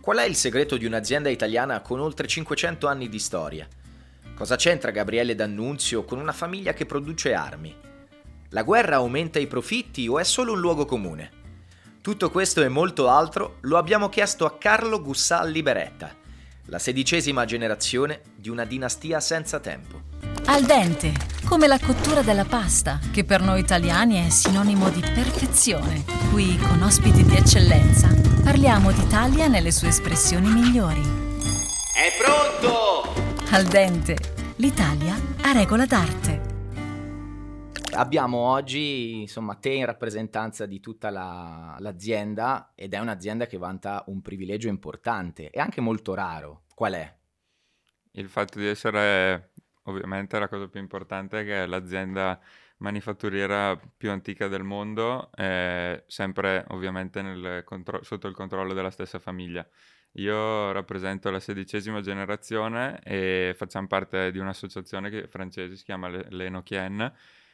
Qual è il segreto di un'azienda italiana con oltre 500 anni di storia? Cosa c'entra Gabriele D'Annunzio con una famiglia che produce armi? La guerra aumenta i profitti o è solo un luogo comune? Tutto questo e molto altro lo abbiamo chiesto a Carlo Gussalli Beretta, la 16ª generazione di una dinastia senza tempo. Al dente, come la cottura della pasta, che per noi italiani è sinonimo di perfezione. Qui, con ospiti di eccellenza, parliamo d'Italia nelle sue espressioni migliori. È pronto! Al dente, l'Italia a regola d'arte. Abbiamo oggi, te in rappresentanza di tutta l'azienda, ed è un'azienda che vanta un privilegio importante e anche molto raro. Qual è? Il fatto di essere, ovviamente, la cosa più importante, che è l'azienda manifatturiera più antica del mondo, sempre ovviamente sotto il controllo della stessa famiglia. Io rappresento la 16ª generazione e facciamo parte di un'associazione francese, si chiama l'Enokien,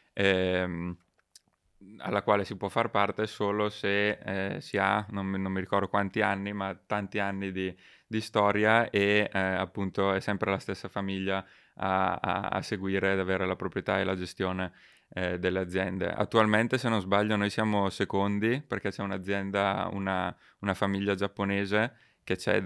alla quale si può far parte solo se si ha, non mi ricordo quanti anni, ma tanti anni di storia e appunto è sempre la stessa famiglia a seguire ed avere la proprietà e la gestione delle aziende. Attualmente, se non sbaglio, noi siamo secondi perché c'è un'azienda, una famiglia giapponese che c'è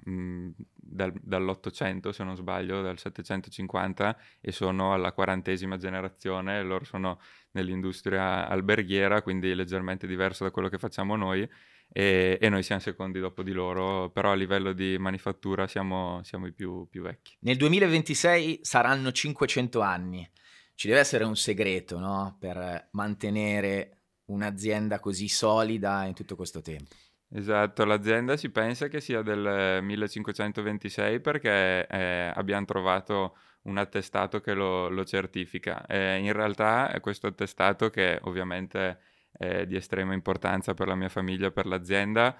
dall'800, se non sbaglio, dal 750, e sono alla 40ª generazione. Loro sono nell'industria alberghiera, quindi leggermente diverso da quello che facciamo noi, e noi siamo secondi dopo di loro, però a livello di manifattura siamo i più vecchi. Nel 2026 saranno 500 anni. Ci deve essere un segreto, no? Per mantenere un'azienda così solida in tutto questo tempo. Esatto, l'azienda si pensa che sia del 1526 perché abbiamo trovato un attestato che lo certifica. In realtà è questo attestato, che ovviamente è di estrema importanza per la mia famiglia e per l'azienda,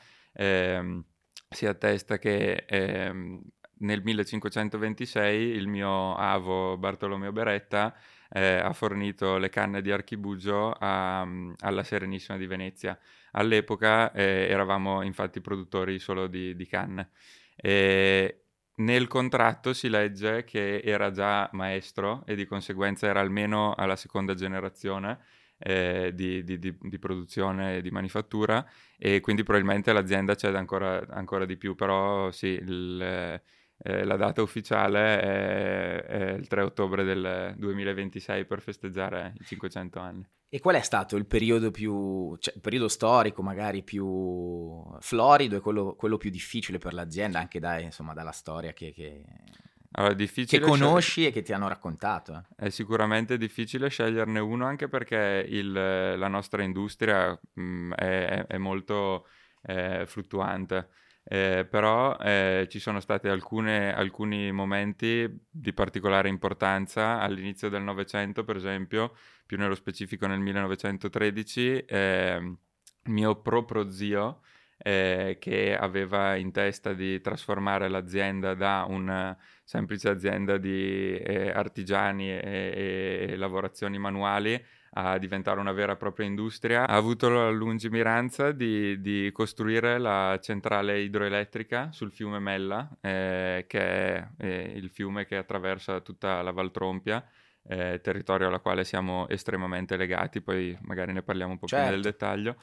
si attesta che nel 1526 il mio avo Bartolomeo Beretta ha fornito le canne di archibugio alla Serenissima di Venezia. All'epoca eravamo infatti produttori solo di canne. Nel contratto si legge che era già maestro e di conseguenza era almeno alla seconda generazione di produzione e di manifattura, e quindi probabilmente l'azienda c'è da ancora di più, però sì, la data ufficiale è il 3 ottobre del 2026 per festeggiare i 500 anni. E qual è stato il periodo il periodo storico magari più florido e quello più difficile per l'azienda, anche dalla storia che conosci e che ti hanno raccontato? È sicuramente difficile sceglierne uno, anche perché la nostra industria è molto fluttuante. Però ci sono stati alcuni momenti di particolare importanza all'inizio del Novecento, per esempio, più nello specifico nel 1913, mio proprio-zio, che aveva in testa di trasformare l'azienda da una semplice azienda di artigiani e lavorazioni manuali a diventare una vera e propria industria, ha avuto la lungimiranza di costruire la centrale idroelettrica sul fiume Mella, che è il fiume che attraversa tutta la Valtrompia, territorio alla quale siamo estremamente legati, poi magari ne parliamo un po' più nel dettaglio.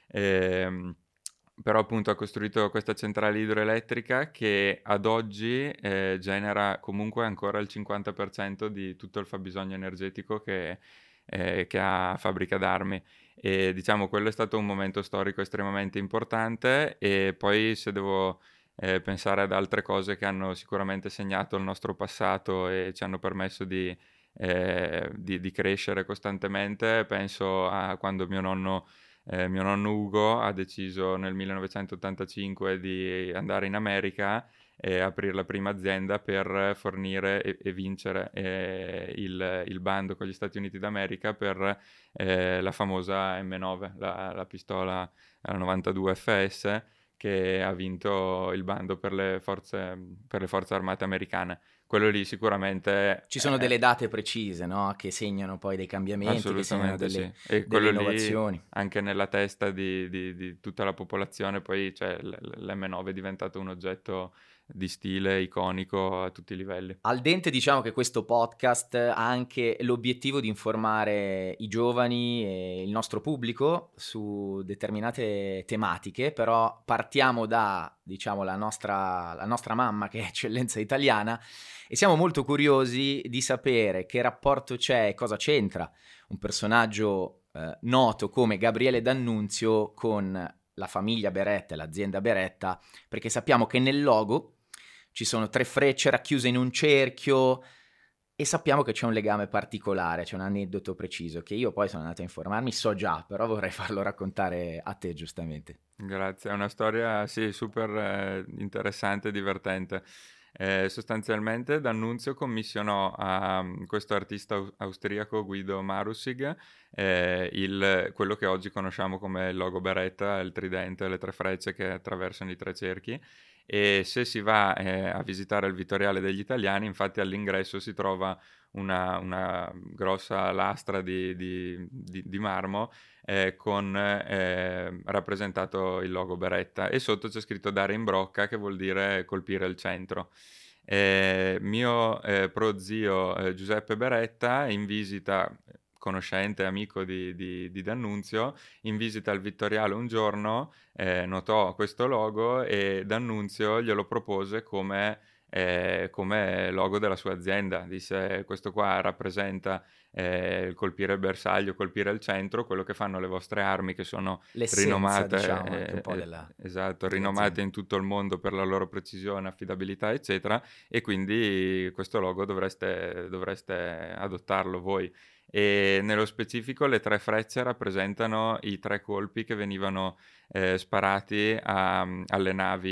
Però appunto ha costruito questa centrale idroelettrica che ad oggi genera comunque ancora il 50% di tutto il fabbisogno energetico che ha Fabbrica d'Armi, e diciamo quello è stato un momento storico estremamente importante. E poi, se devo pensare ad altre cose che hanno sicuramente segnato il nostro passato e ci hanno permesso di crescere costantemente, penso a quando mio nonno Ugo ha deciso nel 1985 di andare in America e aprire la prima azienda per fornire e vincere il bando con gli Stati Uniti d'America per la famosa M9, la pistola 92 FS, che ha vinto il bando per le forze armate americane. quello lì sicuramente... Ci sono delle date precise, no? Che segnano poi dei cambiamenti, che segnano Assolutamente delle, sì. E delle quello lì, innovazioni. anche nella testa di tutta la popolazione, poi cioè, l'M9 è diventato un oggetto di stile iconico a tutti i livelli. Al dente diciamo che questo podcast ha anche l'obiettivo di informare i giovani e il nostro pubblico su determinate tematiche, però partiamo da, diciamo, la nostra mamma, che è Eccellenza Italiana, e siamo molto curiosi di sapere che rapporto c'è e cosa c'entra un personaggio noto come Gabriele D'Annunzio con la famiglia Beretta e l'azienda Beretta, perché sappiamo che nel logo ci sono 3 frecce racchiuse in un cerchio e sappiamo che c'è un legame particolare, c'è un aneddoto preciso che io poi sono andato a informarmi, so già, però vorrei farlo raccontare a te giustamente. Grazie, è una storia sì, super interessante e divertente. Sostanzialmente D'Annunzio commissionò a questo artista austriaco Guido Marussig quello che oggi conosciamo come il logo Beretta, il tridente, le 3 frecce che attraversano i 3 cerchi. E se si va a visitare il Vittoriale degli Italiani, infatti all'ingresso si trova una grossa lastra di marmo con rappresentato il logo Beretta, e sotto c'è scritto dare in brocca, che vuol dire colpire il centro. Mio prozio Giuseppe Beretta, in visita, conoscente, amico di D'Annunzio, in visita al Vittoriale un giorno notò questo logo e D'Annunzio glielo propose come logo della sua azienda. Disse: questo qua rappresenta il colpire il bersaglio, colpire il centro, quello che fanno le vostre armi, che sono L'essenza, rinomate, diciamo, anche un po' esatto, rinomate in tutto il mondo per la loro precisione, affidabilità, eccetera, e quindi questo logo dovreste adottarlo voi. E nello specifico le 3 frecce rappresentano i 3 colpi che venivano sparati alle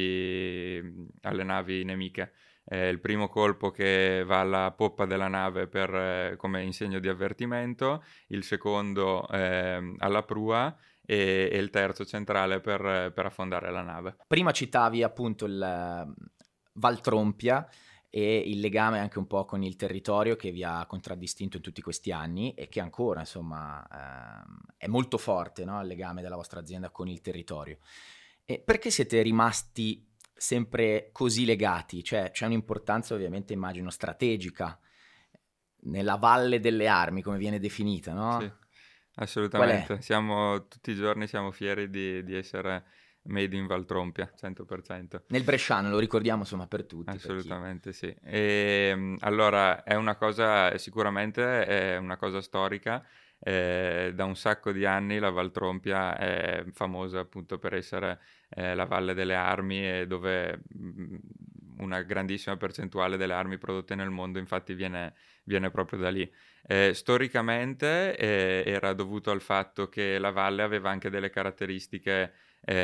navi nemiche. Il primo colpo che va alla poppa della nave come in segno di avvertimento, il secondo alla prua e il terzo centrale per affondare la nave. Prima citavi appunto il Valtrompia e il legame anche un po' con il territorio che vi ha contraddistinto in tutti questi anni e che ancora, insomma, è molto forte, no? Il legame della vostra azienda con il territorio. E perché siete rimasti sempre così legati? Cioè, c'è un'importanza ovviamente, immagino, strategica nella Valle delle Armi, come viene definita, no? Sì, assolutamente. Tutti i giorni siamo fieri di essere made in Valtrompia, 100%. Nel bresciano, lo ricordiamo insomma per tutti. Assolutamente sì. E, allora, sicuramente è una cosa storica. Da un sacco di anni la Valtrompia è famosa appunto per essere la Valle delle Armi, e dove una grandissima percentuale delle armi prodotte nel mondo infatti viene proprio da lì. Storicamente era dovuto al fatto che la valle aveva anche delle caratteristiche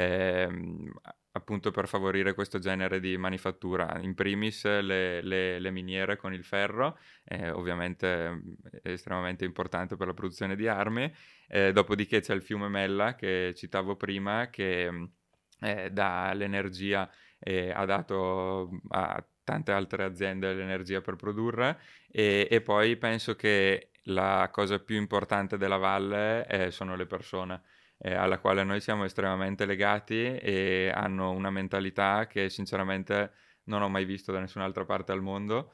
appunto per favorire questo genere di manifattura. In primis le miniere con il ferro, ovviamente è estremamente importante per la produzione di armi. Dopodiché c'è il fiume Mella, che citavo prima, che dà l'energia, ha dato a tante altre aziende l'energia per produrre, e poi penso che la cosa più importante della valle sono le persone, alla quale noi siamo estremamente legati, e hanno una mentalità che sinceramente non ho mai visto da nessun'altra parte al mondo,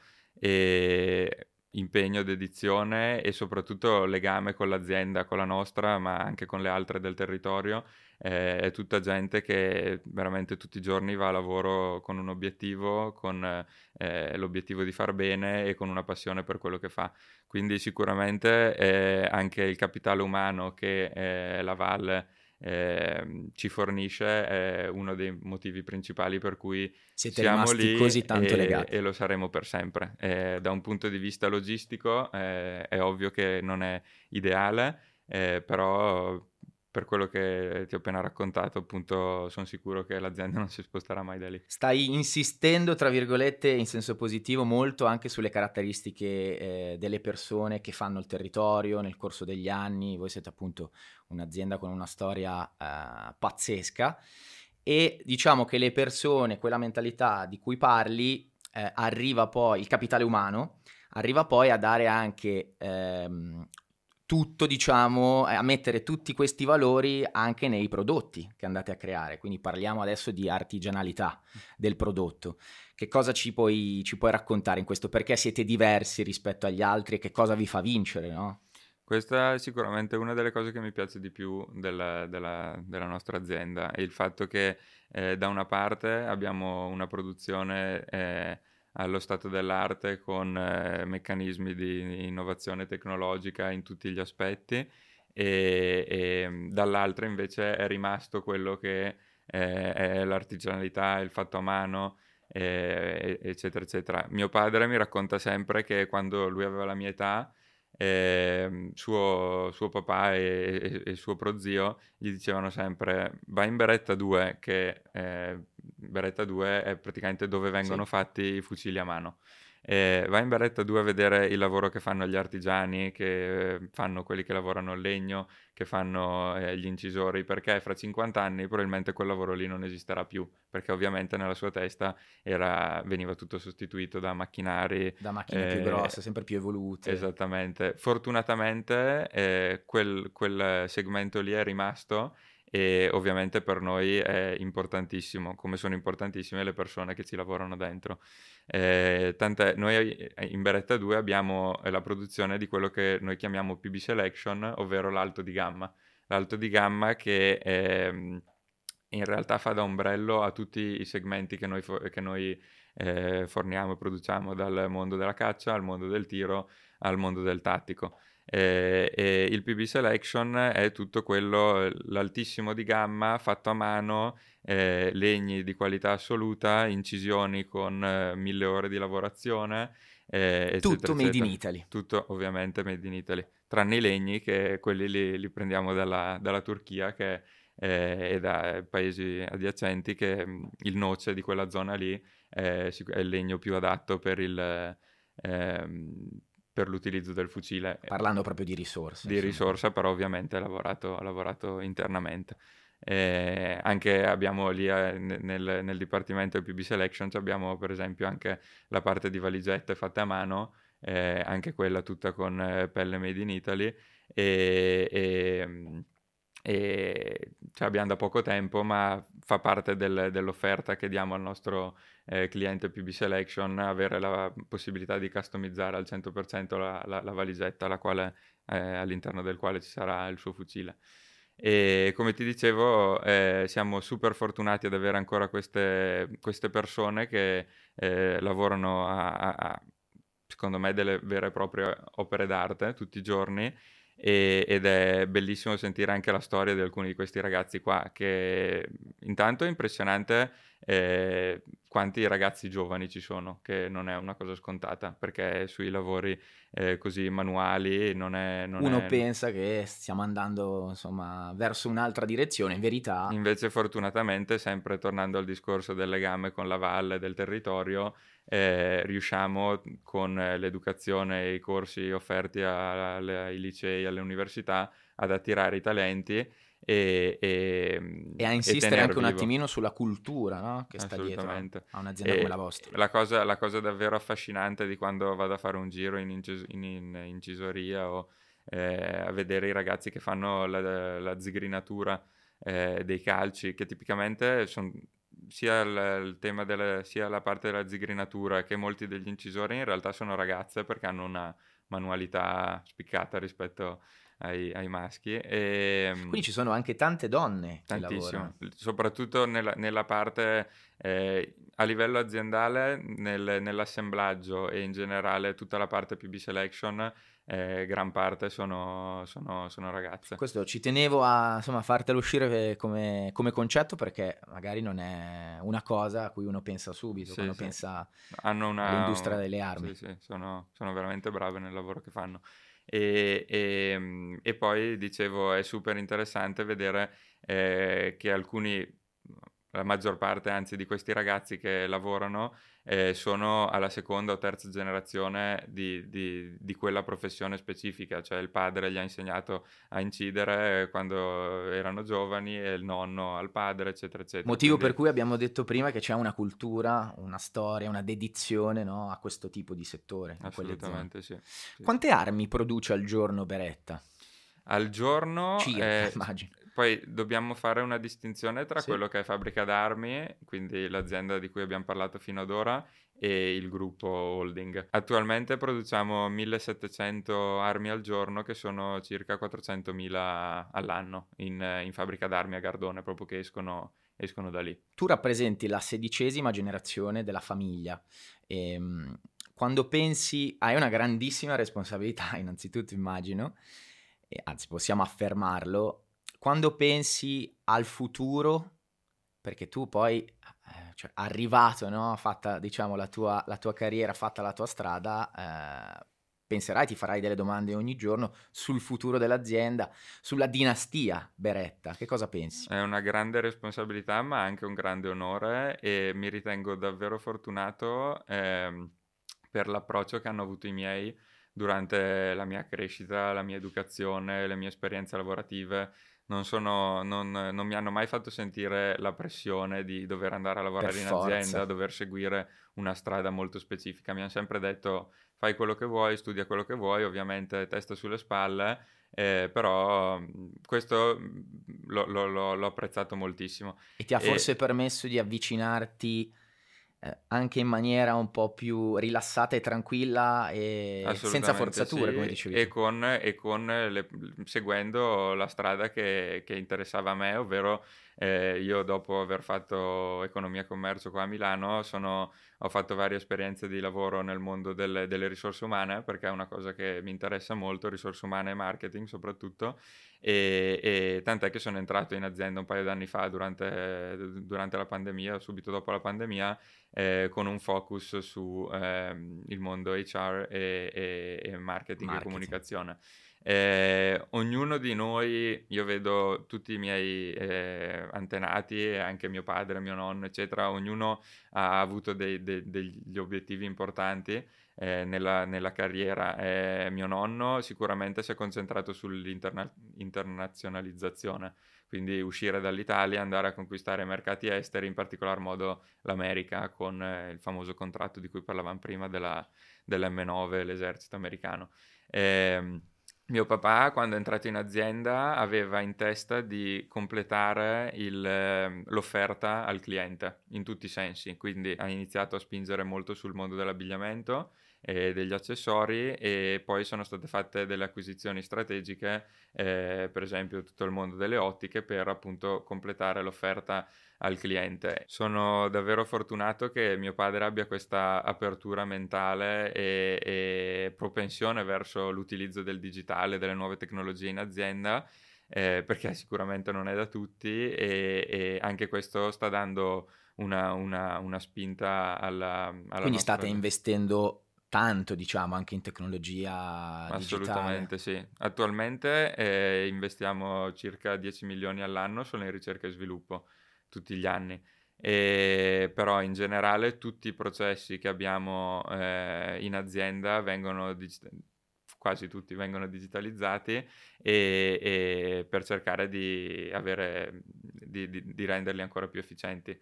e impegno, dedizione e soprattutto legame con l'azienda, con la nostra, ma anche con le altre del territorio. È tutta gente che veramente tutti i giorni va a lavoro con un obiettivo, con l'obiettivo di far bene e con una passione per quello che fa. Quindi sicuramente anche il capitale umano che la Valle ci fornisce è uno dei motivi principali per cui siete siamo rimasti lì così tanto legati. E lo saremo per sempre. Da un punto di vista logistico è ovvio che non è ideale, però per quello che ti ho appena raccontato, appunto, sono sicuro che l'azienda non si sposterà mai da lì. Stai insistendo, tra virgolette, in senso positivo, molto anche sulle caratteristiche delle persone che fanno il territorio nel corso degli anni. Voi siete appunto un'azienda con una storia pazzesca, e diciamo che le persone, quella mentalità di cui parli, arriva poi il capitale umano, arriva poi a dare anche tutto, diciamo, a mettere tutti questi valori anche nei prodotti che andate a creare. Quindi parliamo adesso di artigianalità del prodotto. Che cosa ci puoi raccontare in questo? Perché siete diversi rispetto agli altri e che cosa vi fa vincere, no? Questa è sicuramente una delle cose che mi piace di più della nostra azienda, è il fatto che da una parte abbiamo una produzione allo stato dell'arte con meccanismi di innovazione tecnologica in tutti gli aspetti e dall'altra invece è rimasto quello che è l'artigianalità, il fatto a mano, eccetera, eccetera. Mio padre mi racconta sempre che quando lui aveva la mia età, suo papà e suo prozio gli dicevano sempre vai in Beretta 2, che Beretta 2 è praticamente dove vengono fatti i fucili a mano. Vai in Beretta 2 a vedere il lavoro che fanno gli artigiani, che fanno quelli che lavorano il legno, che fanno gli incisori, perché fra 50 anni probabilmente quel lavoro lì non esisterà più, perché ovviamente nella sua testa veniva tutto sostituito da macchinari. Da macchine più grosse, sempre più evolute. Esattamente. Fortunatamente quel segmento lì è rimasto e ovviamente per noi è importantissimo, come sono importantissime le persone che ci lavorano dentro. Tant'è, noi in Beretta 2 abbiamo la produzione di quello che noi chiamiamo PB Selection, ovvero l'alto di gamma. L'alto di gamma che in realtà fa da ombrello a tutti i segmenti che noi forniamo e produciamo, dal mondo della caccia al mondo del tiro al mondo del tattico. E il PB Selection è tutto quello, l'altissimo di gamma, fatto a mano, legni di qualità assoluta, incisioni con 1000 ore di lavorazione, eccetera, tutto made eccetera. in Italy. Tutto ovviamente made in Italy, tranne i legni che quelli li prendiamo dalla Turchia e da paesi adiacenti, che il noce di quella zona lì è il legno più adatto per l'utilizzo del fucile. Parlando proprio di risorse. Di risorsa, però ovviamente ha lavorato internamente. Anche abbiamo lì nel dipartimento del PB Selection abbiamo per esempio anche la parte di valigette fatte a mano, anche quella tutta con pelle made in Italy e cioè abbiamo da poco tempo, ma fa parte dell'offerta che diamo al nostro cliente PB Selection, avere la possibilità di customizzare al 100% la valigetta all'interno del quale ci sarà il suo fucile. E come ti dicevo, siamo super fortunati ad avere ancora queste persone che lavorano secondo me, delle vere e proprie opere d'arte tutti i giorni. Ed è bellissimo sentire anche la storia di alcuni di questi ragazzi qua, che intanto è impressionante quanti ragazzi giovani ci sono, che non è una cosa scontata, perché sui lavori così manuali uno pensa che stiamo andando insomma verso un'altra direzione, in verità invece fortunatamente, sempre tornando al discorso del legame con la valle, del territorio, riusciamo con l'educazione e i corsi offerti ai licei, alle università, ad attirare i talenti e a insistere anche un vivo. attimino sulla cultura, no? Che sta dietro a un'azienda come la vostra. La cosa davvero affascinante di quando vado a fare un giro in incisoria o a vedere i ragazzi che fanno la zigrinatura dei calci, che tipicamente sono sia il tema sia la parte della zigrinatura, che molti degli incisori in realtà sono ragazze, perché hanno una manualità spiccata rispetto ai maschi. Quindi ci sono anche tante donne che lavorano. Soprattutto nella parte a livello aziendale, nell'assemblaggio e in generale tutta la parte PB Selection, gran parte sono ragazze. Questo ci tenevo a fartelo uscire come concetto, perché magari non è una cosa a cui uno pensa subito quando pensa all'industria delle armi. Sì, sono veramente brave nel lavoro che fanno. E poi dicevo, è super interessante vedere che la maggior parte anzi di questi ragazzi che lavorano sono alla seconda o terza generazione di quella professione specifica, cioè il padre gli ha insegnato a incidere quando erano giovani e il nonno al padre, eccetera, eccetera. Motivo per cui abbiamo detto prima che c'è una cultura, una storia, una dedizione, no, a questo tipo di settore. Assolutamente sì. Quante armi produce al giorno Beretta? Al giorno circa, immagino. Poi dobbiamo fare una distinzione tra quello che è fabbrica d'armi, quindi l'azienda di cui abbiamo parlato fino ad ora, e il gruppo holding. Attualmente produciamo 1700 armi al giorno, che sono circa 400.000 all'anno in fabbrica d'armi a Gardone, proprio che escono da lì. Tu rappresenti la 16ª generazione della famiglia. Quando pensi, hai una grandissima responsabilità, innanzitutto immagino, anzi possiamo affermarlo. Quando pensi al futuro, perché tu poi cioè, arrivato, no? Fatta, diciamo, la tua carriera, fatta la tua strada, penserai, ti farai delle domande ogni giorno sul futuro dell'azienda, sulla dinastia Beretta. Che cosa pensi? È una grande responsabilità, ma anche un grande onore, e mi ritengo davvero fortunato per l'approccio che hanno avuto i miei durante la mia crescita, la mia educazione, le mie esperienze lavorative. Non mi hanno mai fatto sentire la pressione di dover andare a lavorare in azienda, dover seguire una strada molto specifica. Mi hanno sempre detto: fai quello che vuoi, studia quello che vuoi, ovviamente testa sulle spalle, però questo l'ho apprezzato moltissimo. E ti ha forse permesso di avvicinarti anche in maniera un po' più rilassata e tranquilla e senza forzature, sì, come dicevi seguendo la strada che interessava a me, ovvero io, dopo aver fatto economia e commercio qua a Milano, ho fatto varie esperienze di lavoro nel mondo delle risorse umane, perché è una cosa che mi interessa molto, risorse umane e marketing soprattutto, e tant'è che sono entrato in azienda un paio d'anni fa durante la pandemia, subito dopo la pandemia, con un focus su il mondo HR e marketing e comunicazione. Ognuno di noi, io vedo tutti i miei antenati, e anche mio padre, mio nonno, eccetera, ognuno ha avuto degli obiettivi importanti nella carriera. Mio nonno sicuramente si è concentrato sull'internazionalizzazione, quindi uscire dall'Italia, andare a conquistare mercati esteri, in particolar modo l'America, con il famoso contratto di cui parlavamo prima dell'M9, l'esercito americano. Mio papà, quando è entrato in azienda, aveva in testa di completare l'offerta al cliente in tutti i sensi, quindi ha iniziato a spingere molto sul mondo dell'abbigliamento e degli accessori, e poi sono state fatte delle acquisizioni strategiche, per esempio tutto il mondo delle ottiche, per appunto completare l'offerta al cliente. Sono davvero fortunato che mio padre abbia questa apertura mentale e propensione verso l'utilizzo del digitale, delle nuove tecnologie in azienda, perché sicuramente non è da tutti, e anche questo sta dando una spinta alla Quindi state investendo tanto, diciamo, anche in tecnologia Assolutamente digitale. Sì. Attualmente investiamo circa 10 milioni all'anno solo in ricerca e sviluppo, tutti gli anni. Però in generale tutti i processi che abbiamo in azienda quasi tutti vengono digitalizzati, e per cercare di renderli ancora più efficienti.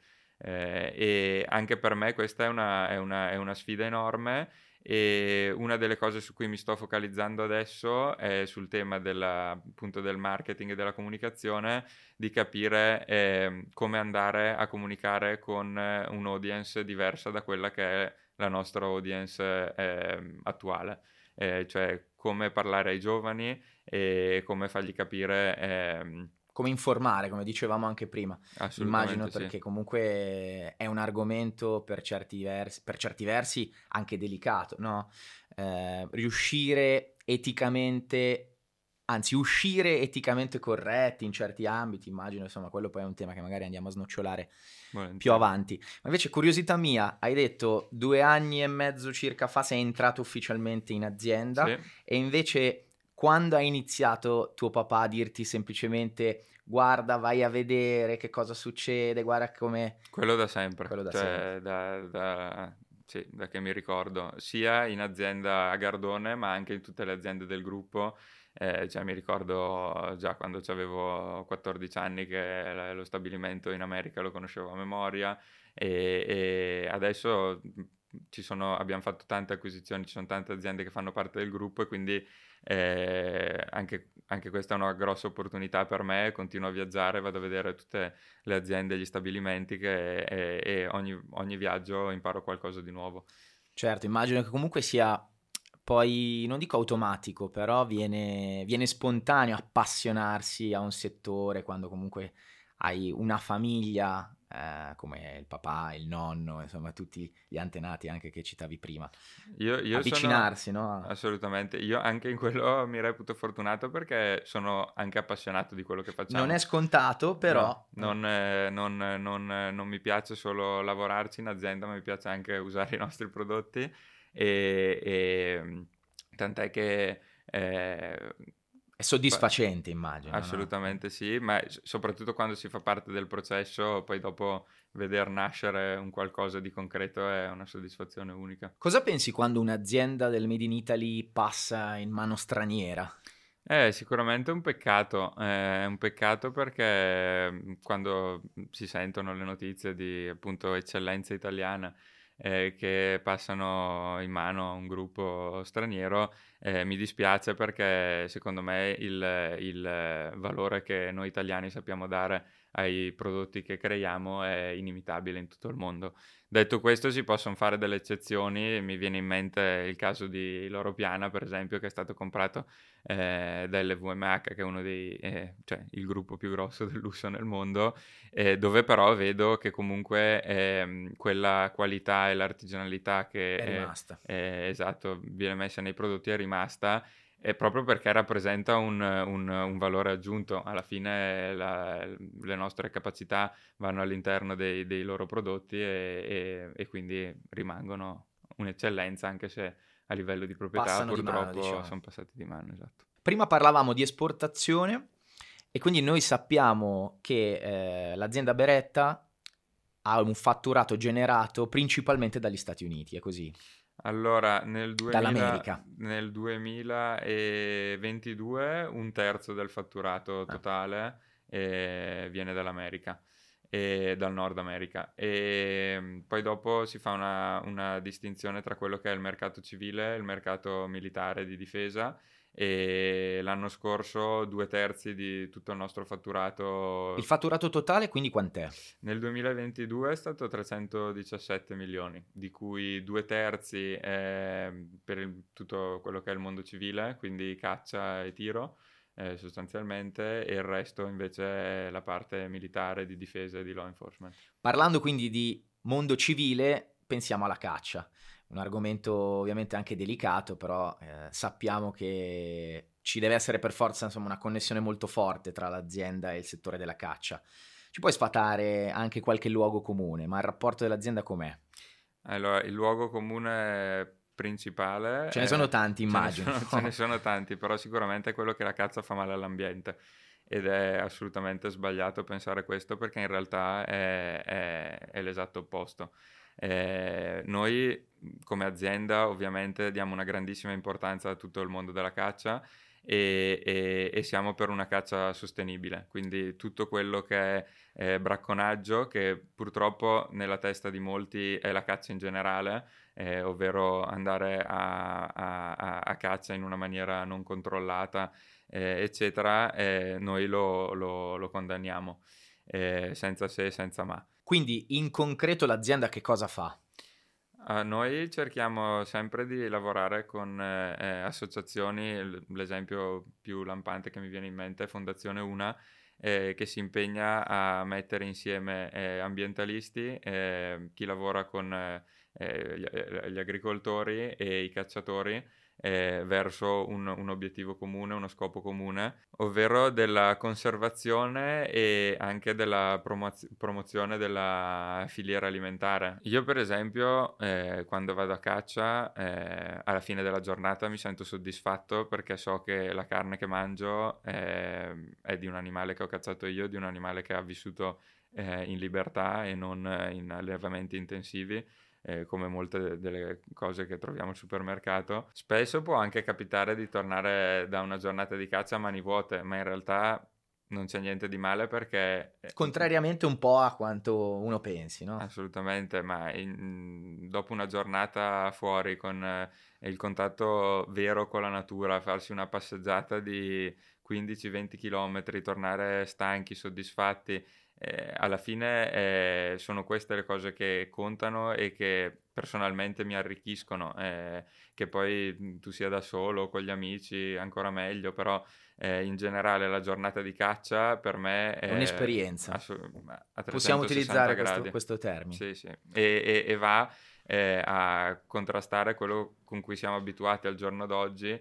E anche per me questa è una sfida enorme, e una delle cose su cui mi sto focalizzando adesso è sul tema appunto del marketing e della comunicazione, di capire come andare a comunicare con un'audience diversa da quella che è la nostra audience attuale, cioè come parlare ai giovani e come fargli capire come informare, come dicevamo anche prima. Immagino, perché comunque è un argomento per certi versi anche delicato, no? Uscire eticamente corretti in certi ambiti, immagino, insomma, quello poi è un tema che magari andiamo a snocciolare più avanti. Ma invece, curiosità mia, hai detto 2 anni e mezzo circa fa sei entrato ufficialmente in azienda, e invece quando ha iniziato tuo papà a dirti semplicemente guarda, vai a vedere che cosa succede, guarda come... Quello da sempre, Quello da cioè sì, da che mi ricordo, sia in azienda a Gardone, ma anche in tutte le aziende del gruppo. Cioè, mi ricordo già quando avevo 14 anni che lo stabilimento in America lo conoscevo a memoria, e adesso abbiamo fatto tante acquisizioni, ci sono tante aziende che fanno parte del gruppo, e quindi anche questa è una grossa opportunità per me. Continuo a viaggiare, vado a vedere tutte le aziende, gli stabilimenti, e ogni viaggio imparo qualcosa di nuovo. Certo, immagino che comunque sia poi, non dico automatico, però viene spontaneo appassionarsi a un settore quando comunque hai una famiglia, come il papà, il nonno, insomma tutti gli antenati anche che citavi prima. Io Avvicinarsi, no? Assolutamente, io anche in quello mi reputo fortunato perché sono anche appassionato di quello che facciamo. Non è scontato, però... No, non mi piace solo lavorarci in azienda, ma mi piace anche usare i nostri prodotti, e tant'è che... È soddisfacente, immagino. Assolutamente, no? Sì, ma soprattutto quando si fa parte del processo, poi dopo veder nascere un qualcosa di concreto è una soddisfazione unica. Cosa pensi quando un'azienda del Made in Italy passa in mano straniera? Sicuramente è un peccato perché quando si sentono le notizie di appunto eccellenza italiana che passano in mano a un gruppo straniero, mi dispiace, perché secondo me il valore che noi italiani sappiamo dare ai prodotti che creiamo è inimitabile in tutto il mondo. Detto questo, si possono fare delle eccezioni. Mi viene in mente il caso di Loro Piana, per esempio, che è stato comprato dall'LVMH, che è uno cioè il gruppo più grosso del lusso nel mondo, dove però vedo che comunque quella qualità e l'artigianalità che È rimasta. esatto, viene messa nei prodotti è rimasta, è proprio perché rappresenta un valore aggiunto. Alla fine le nostre capacità vanno all'interno dei loro prodotti, e quindi rimangono un'eccellenza, anche se a livello di proprietà Passano di mano, purtroppo diciamo. sono passati di mano, esatto. Prima parlavamo di esportazione, e quindi noi sappiamo che l'azienda Beretta ha un fatturato generato principalmente dagli Stati Uniti, è così? Allora, Dall'America. nel 2022 un terzo del fatturato totale viene dall'America e dal Nord America, e poi dopo si fa una distinzione tra quello che è il mercato civile e il mercato militare di difesa, e l'anno scorso 2/3 di tutto il nostro fatturato... Il fatturato totale quindi quant'è? Nel 2022 è stato 317 milioni, di cui 2/3 per tutto quello che è il mondo civile, quindi caccia e tiro sostanzialmente, e il resto invece è la parte militare, di difesa e di law enforcement. Parlando quindi di mondo civile, pensiamo alla caccia. Un argomento ovviamente anche delicato, però sappiamo che ci deve essere per forza, insomma, una connessione molto forte tra l'azienda e il settore della caccia. Ci puoi sfatare anche qualche luogo comune, ma il rapporto dell'azienda com'è? Allora, il luogo comune principale... Ce ne sono tanti, immagino. Ce ne sono tanti, però sicuramente è quello che la caccia fa male all'ambiente, ed è assolutamente sbagliato pensare questo, perché in realtà è l'esatto opposto. Noi come azienda ovviamente diamo una grandissima importanza a tutto il mondo della caccia, e siamo per una caccia sostenibile, quindi tutto quello che è bracconaggio, che purtroppo nella testa di molti è la caccia in generale, ovvero andare a caccia in una maniera non controllata, eccetera, noi lo condanniamo, senza se e senza ma. Quindi in concreto l'azienda che cosa fa? Noi cerchiamo sempre di lavorare con associazioni. L'esempio più lampante che mi viene in mente è Fondazione Una, che si impegna a mettere insieme ambientalisti, chi lavora con gli agricoltori e i cacciatori, verso un obiettivo comune, uno scopo comune, ovvero della conservazione e anche della promozione della filiera alimentare. Io per esempio quando vado a caccia alla fine della giornata mi sento soddisfatto perché so che la carne che mangio è di un animale che ho cacciato io, di un animale che ha vissuto in libertà e non in allevamenti intensivi, come molte delle cose che troviamo al supermercato. Spesso può anche capitare di tornare da una giornata di caccia a mani vuote, ma in realtà non c'è niente di male perché... Contrariamente un po' a quanto uno pensi, no? Assolutamente, ma dopo una giornata fuori con il contatto vero con la natura, farsi una passeggiata di 15-20 km, tornare stanchi, soddisfatti, alla fine sono queste le cose che contano e che personalmente mi arricchiscono, che poi tu sia da solo o con gli amici ancora meglio, però in generale la giornata di caccia per me È un'esperienza. a 360 Possiamo utilizzare gradi. questo termine. Sì, sì. E va a contrastare quello con cui siamo abituati al giorno d'oggi,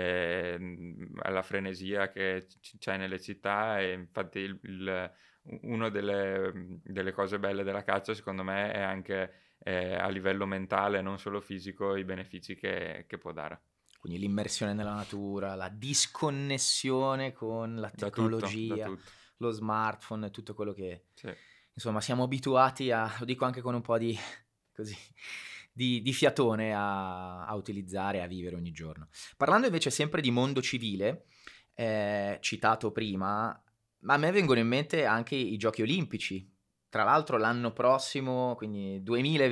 alla frenesia che c'è nelle città, e infatti una delle cose belle della caccia secondo me è anche a livello mentale, non solo fisico, i benefici che può dare. Quindi l'immersione nella natura, la disconnessione con la tecnologia, da tutto. lo smartphone, tutto quello che Sì. insomma siamo abituati a, lo dico anche con un po' di così di fiatone a utilizzare, a vivere ogni giorno. Parlando invece sempre di mondo civile, citato prima, ma a me vengono in mente anche i Giochi Olimpici. Tra l'altro l'anno prossimo, quindi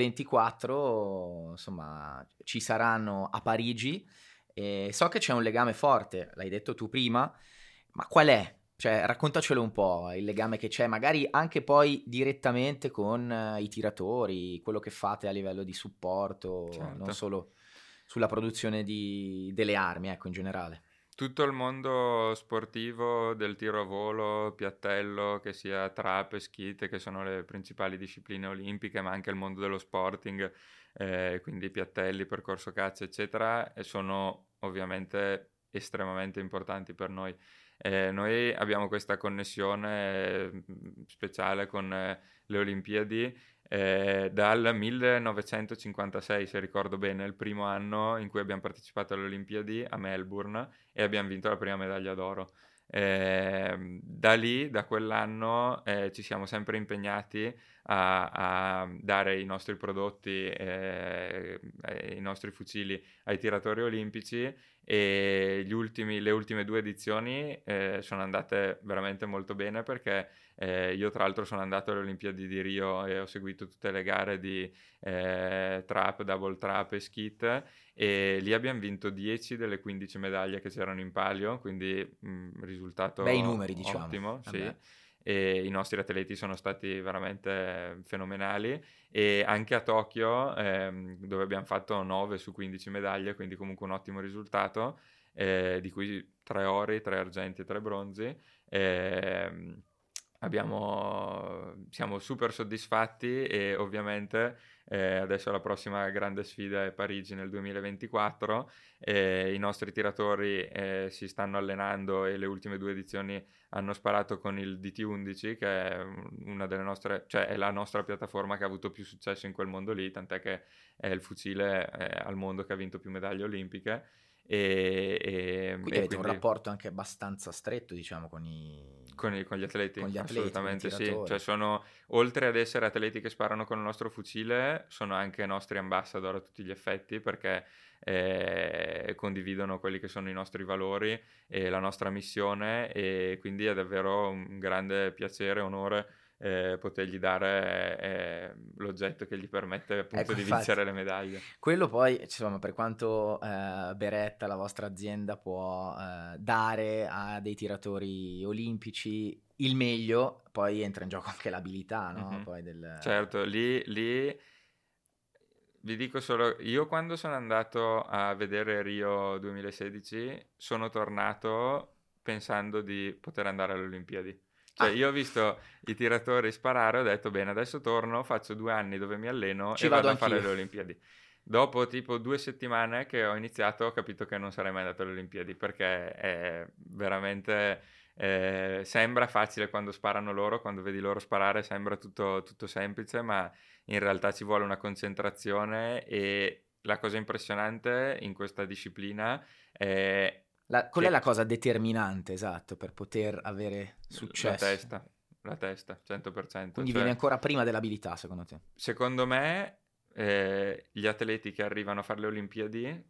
2024, insomma, ci saranno a Parigi. E so che c'è un legame forte, l'hai detto tu prima, ma qual è? Cioè, raccontacelo un po', il legame che c'è, magari anche poi direttamente con i tiratori, quello che fate a livello di supporto, Certo. non solo sulla produzione delle armi, ecco, in generale. Tutto il mondo sportivo del tiro a volo, piattello, che sia trap e skeet, che sono le principali discipline olimpiche, ma anche il mondo dello sporting, quindi piattelli, percorso caccia, eccetera, e sono ovviamente estremamente importanti per noi. Noi abbiamo questa connessione speciale con le Olimpiadi dal 1956, se ricordo bene, il primo anno in cui abbiamo partecipato alle Olimpiadi a Melbourne e abbiamo vinto la prima medaglia d'oro. Da lì, da quell'anno, ci siamo sempre impegnati a dare i nostri prodotti, i nostri fucili ai tiratori olimpici, e le ultime 2 edizioni sono andate veramente molto bene perché io tra l'altro sono andato alle Olimpiadi di Rio e ho seguito tutte le gare di trap, double trap e skeet, e lì abbiamo vinto 10 delle 15 medaglie che c'erano in palio, quindi risultato Bei numeri, diciamo. ottimo, sì. E i nostri atleti sono stati veramente fenomenali, e anche a Tokyo dove abbiamo fatto 9 su 15 medaglie, quindi comunque un ottimo risultato, di cui 3 ori, 3 argenti e 3 bronzi. Siamo super soddisfatti, e ovviamente adesso la prossima grande sfida è Parigi nel 2024. I nostri tiratori si stanno allenando e le ultime 2 edizioni hanno sparato con il DT11, che è una delle nostre, cioè è la nostra piattaforma che ha avuto più successo in quel mondo lì, tant'è che è il fucile al mondo che ha vinto più medaglie olimpiche. Quindi avete un rapporto anche abbastanza stretto, diciamo, con gli atleti, con gli assolutamente sì. tiratori. Cioè sono, oltre ad essere atleti che sparano con il nostro fucile, sono anche nostri ambassador a tutti gli effetti, perché condividono quelli che sono i nostri valori e la nostra missione, e quindi è davvero un grande piacere e onore potergli dare l'oggetto che gli permette appunto di vincere le medaglie. Quello poi, insomma, per quanto Beretta, la vostra azienda, può dare a dei tiratori olimpici il meglio, poi entra in gioco anche l'abilità, no? Mm-hmm. Poi Certo, lì vi dico solo, io quando sono andato a vedere Rio 2016 sono tornato pensando di poter andare alle Olimpiadi. Cioè io ho visto i tiratori sparare, ho detto bene, adesso torno, faccio 2 anni dove mi alleno e vado a fare le Olimpiadi. Dopo tipo 2 settimane che ho iniziato ho capito che non sarei mai andato alle Olimpiadi, perché è veramente sembra facile quando sparano loro, quando vedi loro sparare sembra tutto semplice, ma in realtà ci vuole una concentrazione, e la cosa impressionante in questa disciplina è Qual è che la cosa determinante, esatto, per poter avere la successo? la testa, 100%. Quindi Cioè, viene ancora prima dell'abilità, secondo te? secondo me gli atleti che arrivano a fare le Olimpiadi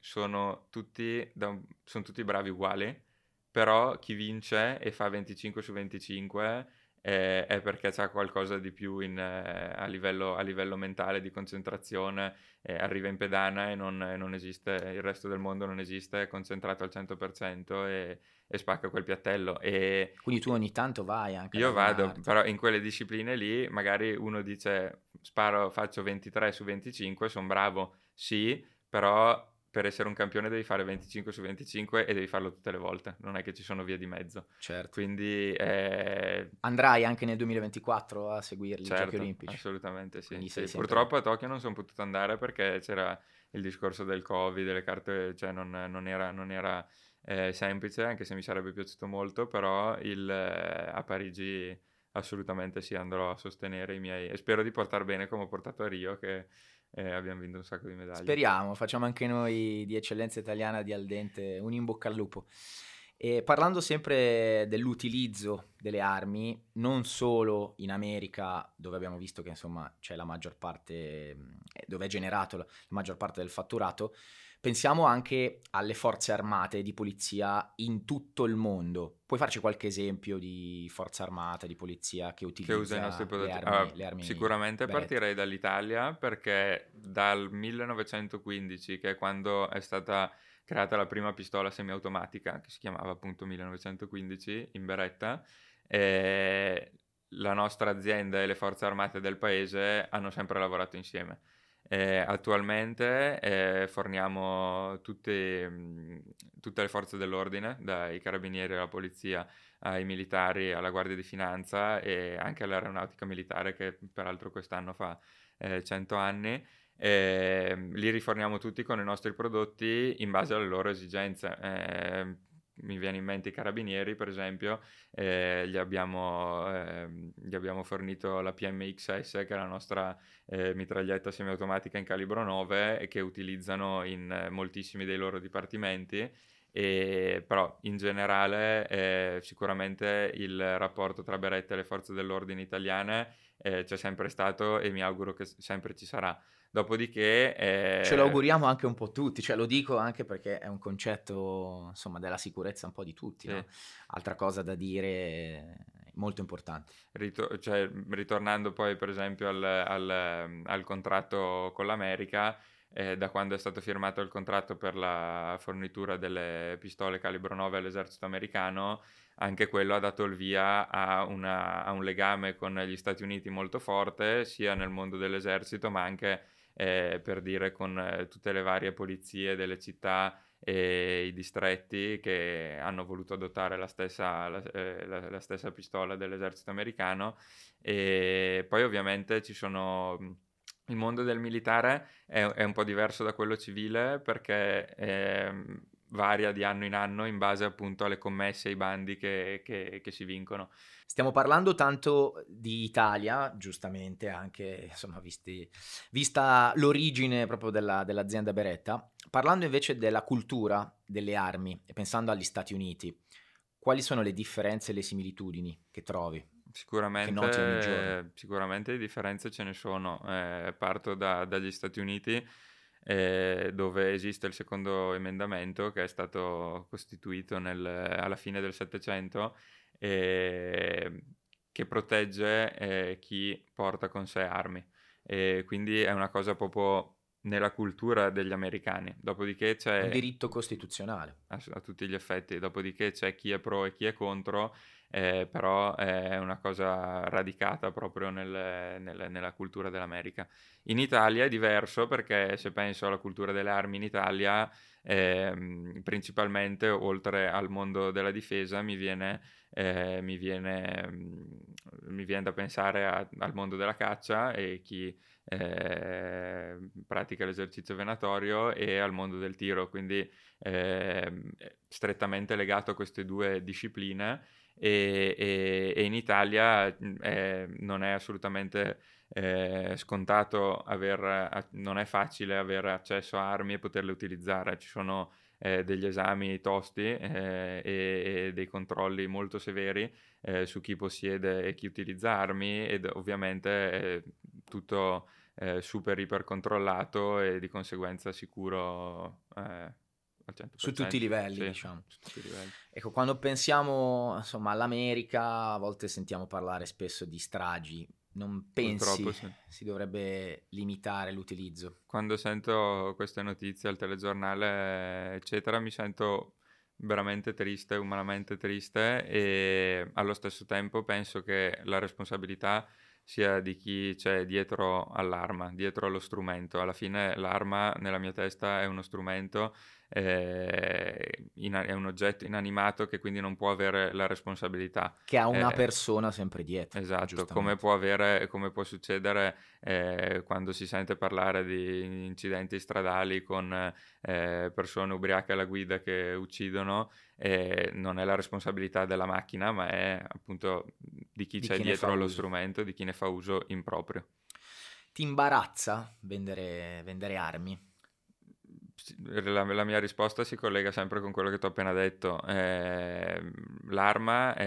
sono tutti bravi uguali, però chi vince e fa 25 su 25 è perché c'ha qualcosa di più a livello mentale, di concentrazione, arriva in pedana e non esiste, il resto del mondo non esiste, è concentrato al 100% e spacca quel piattello. Quindi tu ogni tanto vai anche ad Io vado, allenarti. però in quelle discipline lì magari uno dice sparo, faccio 23 su 25, sono bravo, sì, però per essere un campione devi fare 25 su 25 e devi farlo tutte le volte, non è che ci sono vie di mezzo. Certo. Quindi Andrai anche nel 2024 a seguirli, i Giochi certo, Olimpici? assolutamente sì. Quindi Sì, sei sempre... purtroppo a Tokyo non sono potuto andare perché c'era il discorso del Covid, delle carte, cioè non era semplice, anche se mi sarebbe piaciuto molto, però a Parigi assolutamente sì, andrò a sostenere i miei, e spero di portare bene come ho portato a Rio, che abbiamo vinto un sacco di medaglie. Speriamo, facciamo anche noi di Eccellenza Italiana di Aldente un in bocca al lupo. E parlando sempre dell'utilizzo delle armi, non solo in America, dove abbiamo visto che insomma c'è la maggior parte, dove è generato la maggior parte del fatturato, pensiamo anche alle forze armate di polizia in tutto il mondo. Puoi farci qualche esempio di forza armata, di polizia che Che usa i nostri utilizza prodotti. le armi Sicuramente Beretta? partirei dall'Italia, perché dal 1915, che è quando è stata creata la prima pistola semiautomatica, che si chiamava appunto 1915 in Beretta, la nostra azienda e le forze armate del paese hanno sempre lavorato insieme. Attualmente forniamo tutte le forze dell'ordine, dai carabinieri alla polizia ai militari, alla Guardia di Finanza e anche all'Aeronautica Militare, che peraltro quest'anno fa 100 anni. Li riforniamo tutti con i nostri prodotti in base alle loro esigenze. Mi viene in mente i carabinieri, per esempio, gli abbiamo fornito la PMXS, che è la nostra mitraglietta semiautomatica in calibro 9 e che utilizzano in moltissimi dei loro dipartimenti. Però in generale sicuramente il rapporto tra Beretta e le forze dell'ordine italiane c'è sempre stato e mi auguro che sempre ci sarà. Dopodiché ce lo auguriamo anche un po' tutti, cioè lo dico anche perché è un concetto insomma della sicurezza un po' di tutti, sì. no? Altra cosa da dire molto importante. Ritornando poi per esempio al contratto con l'America, da quando è stato firmato il contratto per la fornitura delle pistole calibro 9 all'esercito americano, anche quello ha dato il via a un legame con gli Stati Uniti molto forte, sia nel mondo dell'esercito, ma anche per dire con tutte le varie polizie delle città e i distretti che hanno voluto adottare la stessa pistola dell'esercito americano. E poi ovviamente il mondo del militare è un po' diverso da quello civile, perché varia di anno in anno in base appunto alle commesse e ai bandi che si vincono. Stiamo parlando tanto di Italia, giustamente anche insomma vista l'origine proprio dell'azienda Beretta, parlando invece della cultura delle armi e pensando agli Stati Uniti, quali sono le differenze e le similitudini che trovi? Che noti ogni giorno? Sicuramente le differenze ce ne sono. Parto dagli Stati Uniti, dove esiste il secondo emendamento, che è stato costituito alla fine del Settecento, che protegge chi porta con sé armi. Quindi è una cosa proprio nella cultura degli americani. Dopodiché c'è un diritto costituzionale. A tutti gli effetti. Dopodiché c'è chi è pro e chi è contro, però è una cosa radicata proprio nella cultura dell'America. In Italia è diverso, perché se penso alla cultura delle armi in Italia, principalmente oltre al mondo della difesa mi viene da pensare al mondo della caccia, e chi pratica l'esercizio venatorio, e al mondo del tiro, quindi strettamente legato a queste due discipline. E in Italia non è assolutamente scontato non è facile avere accesso a armi e poterle utilizzare. Ci sono degli esami tosti e dei controlli molto severi su chi possiede e chi utilizza armi, ed ovviamente è tutto super iper controllato e di conseguenza sicuro al 100%. Su tutti i livelli, sì, diciamo. su tutti i livelli. Ecco, quando pensiamo insomma all'America, a volte sentiamo parlare spesso di stragi. Non pensi Purtroppo sì. si dovrebbe limitare l'utilizzo? Quando sento queste notizie al telegiornale, eccetera, mi sento veramente triste, umanamente triste, e allo stesso tempo penso che la responsabilità sia di chi c'è dietro all'arma, dietro allo strumento. Alla fine l'arma nella mia testa è uno strumento, è un oggetto inanimato che quindi non può avere la responsabilità. Che ha una persona sempre dietro. Esatto, come può succedere quando si sente parlare di incidenti stradali con persone ubriache alla guida che uccidono, non è la responsabilità della macchina, ma è appunto di chi c'è dietro allo strumento, di chi ne fa uso improprio. Ti imbarazza vendere armi? La mia risposta si collega sempre con quello che ti ho appena detto. L'arma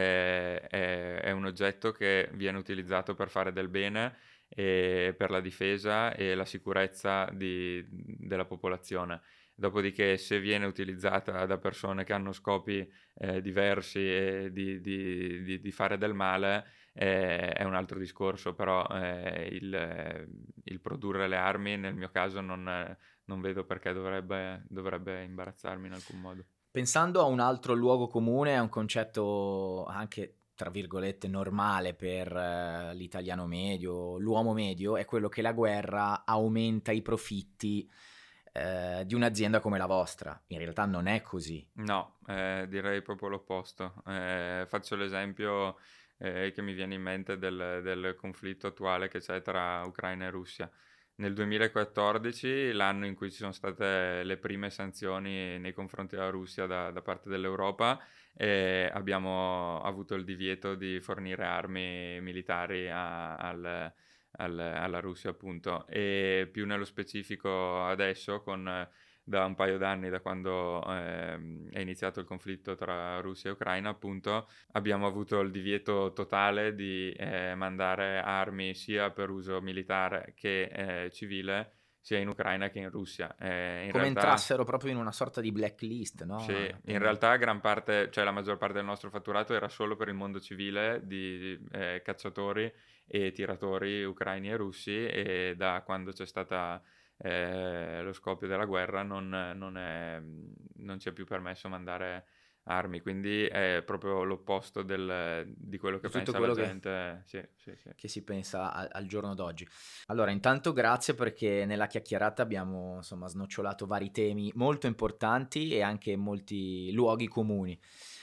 è un oggetto che viene utilizzato per fare del bene e per la difesa e la sicurezza della popolazione. Dopodiché, se viene utilizzata da persone che hanno scopi diversi e di fare del male, è un altro discorso, però il produrre le armi, nel mio caso, non vedo perché dovrebbe imbarazzarmi in alcun modo. Pensando a un altro luogo comune, a un concetto anche, tra virgolette, normale per l'italiano medio, l'uomo medio, è quello che la guerra aumenta i profitti di un'azienda come la vostra. In realtà non è così. No, direi proprio l'opposto. Faccio l'esempio che mi viene in mente del conflitto attuale che c'è tra Ucraina e Russia. Nel 2014, l'anno in cui ci sono state le prime sanzioni nei confronti della Russia da parte dell'Europa, abbiamo avuto il divieto di fornire armi militari alla Russia, appunto. E più nello specifico adesso, da un paio d'anni, da quando è iniziato il conflitto tra Russia e Ucraina, appunto, abbiamo avuto il divieto totale di mandare armi sia per uso militare che civile, sia in Ucraina che in Russia. Come entrassero proprio in una sorta di blacklist, no? Sì, in realtà la maggior parte del nostro fatturato era solo per il mondo civile di cacciatori e tiratori ucraini e russi, e da quando c'è stata lo scoppio della guerra non ci è più permesso mandare armi, quindi è proprio l'opposto di quello che pensa la gente. Sì. Che si pensa al giorno d'oggi. Allora, intanto grazie, perché nella chiacchierata abbiamo insomma snocciolato vari temi molto importanti e anche molti luoghi comuni.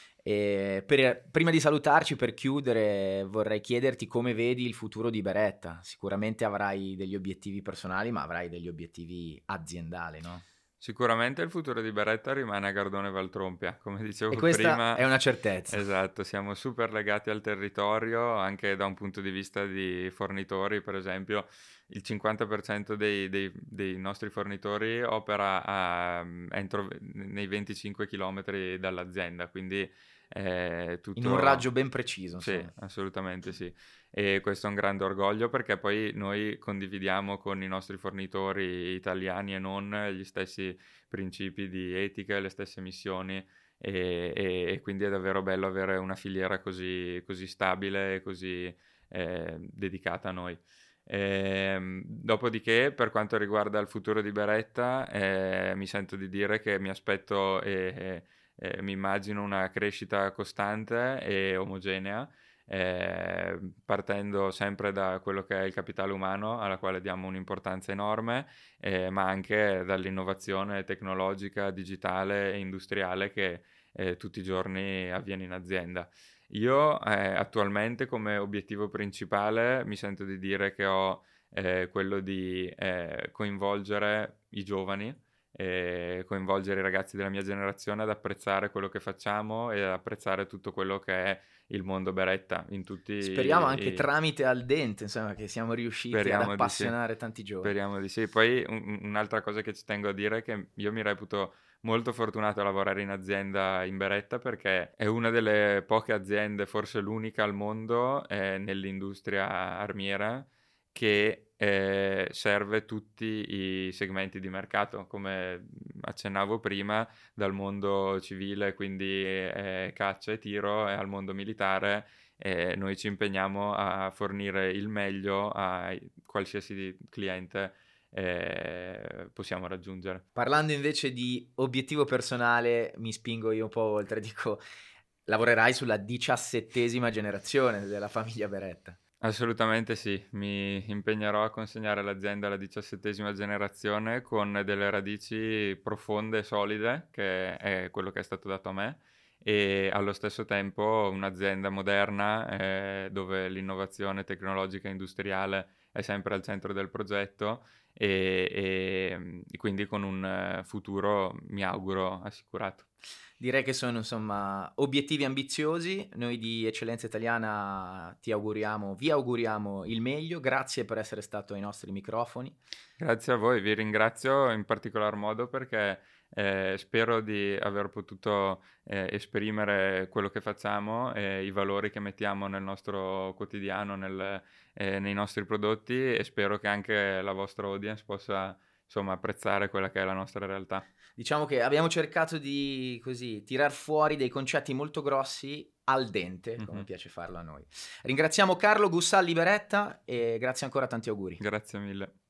Prima di salutarci, per chiudere, vorrei chiederti come vedi il futuro di Beretta. Sicuramente avrai degli obiettivi personali, ma avrai degli obiettivi aziendali, no? Sicuramente il futuro di Beretta rimane a Gardone Valtrompia, come dicevo prima. E questa è una certezza. Esatto, siamo super legati al territorio, anche da un punto di vista di fornitori. Per esempio, il 50% dei nostri fornitori opera nei 25 km dall'azienda, quindi tutto... In un raggio ben preciso. Insomma. Sì, assolutamente sì. E questo è un grande orgoglio, perché poi noi condividiamo con i nostri fornitori italiani e non gli stessi principi di etica e le stesse missioni, e quindi è davvero bello avere una filiera così stabile e così dedicata a noi. Dopodiché, per quanto riguarda il futuro di Beretta, mi sento di dire che mi aspetto mi immagino una crescita costante e omogenea, partendo sempre da quello che è il capitale umano, alla quale diamo un'importanza enorme, ma anche dall'innovazione tecnologica, digitale e industriale che tutti i giorni avviene in azienda. Io attualmente, come obiettivo principale, mi sento di dire che ho quello di coinvolgere i giovani, coinvolgere i ragazzi della mia generazione ad apprezzare quello che facciamo e ad apprezzare tutto quello che è il mondo Beretta in tutti Speriamo anche tramite Al Dente, insomma, che siamo riusciti ad appassionare tanti giovani. Speriamo di sì. Poi un'altra cosa che ci tengo a dire è che io mi reputo molto fortunato a lavorare in azienda in Beretta, perché è una delle poche aziende, forse l'unica al mondo, nell'industria armiera, che serve tutti i segmenti di mercato, come accennavo prima, dal mondo civile, quindi caccia e tiro, e al mondo militare. Noi ci impegniamo a fornire il meglio a qualsiasi cliente possiamo raggiungere. Parlando invece di obiettivo personale, mi spingo io un po' oltre, dico, lavorerai sulla 17ª generazione della famiglia Beretta. Assolutamente sì, mi impegnerò a consegnare l'azienda alla 17ª generazione con delle radici profonde e solide, che è quello che è stato dato a me, e allo stesso tempo un'azienda moderna, dove l'innovazione tecnologica e industriale è sempre al centro del progetto, e quindi con un futuro, mi auguro, assicurato. Direi che sono, insomma, obiettivi ambiziosi. Noi di Eccellenza Italiana vi auguriamo il meglio. Grazie per essere stato ai nostri microfoni. Grazie a voi, vi ringrazio in particolar modo perché spero di aver potuto esprimere quello che facciamo e i valori che mettiamo nel nostro quotidiano, nei nostri prodotti, e spero che anche la vostra audience possa, insomma, apprezzare quella che è la nostra realtà. Diciamo che abbiamo cercato di tirar fuori dei concetti molto grossi al dente, come piace farlo a noi. Ringraziamo Carlo Gussalli Beretta e grazie ancora, tanti auguri. Grazie mille.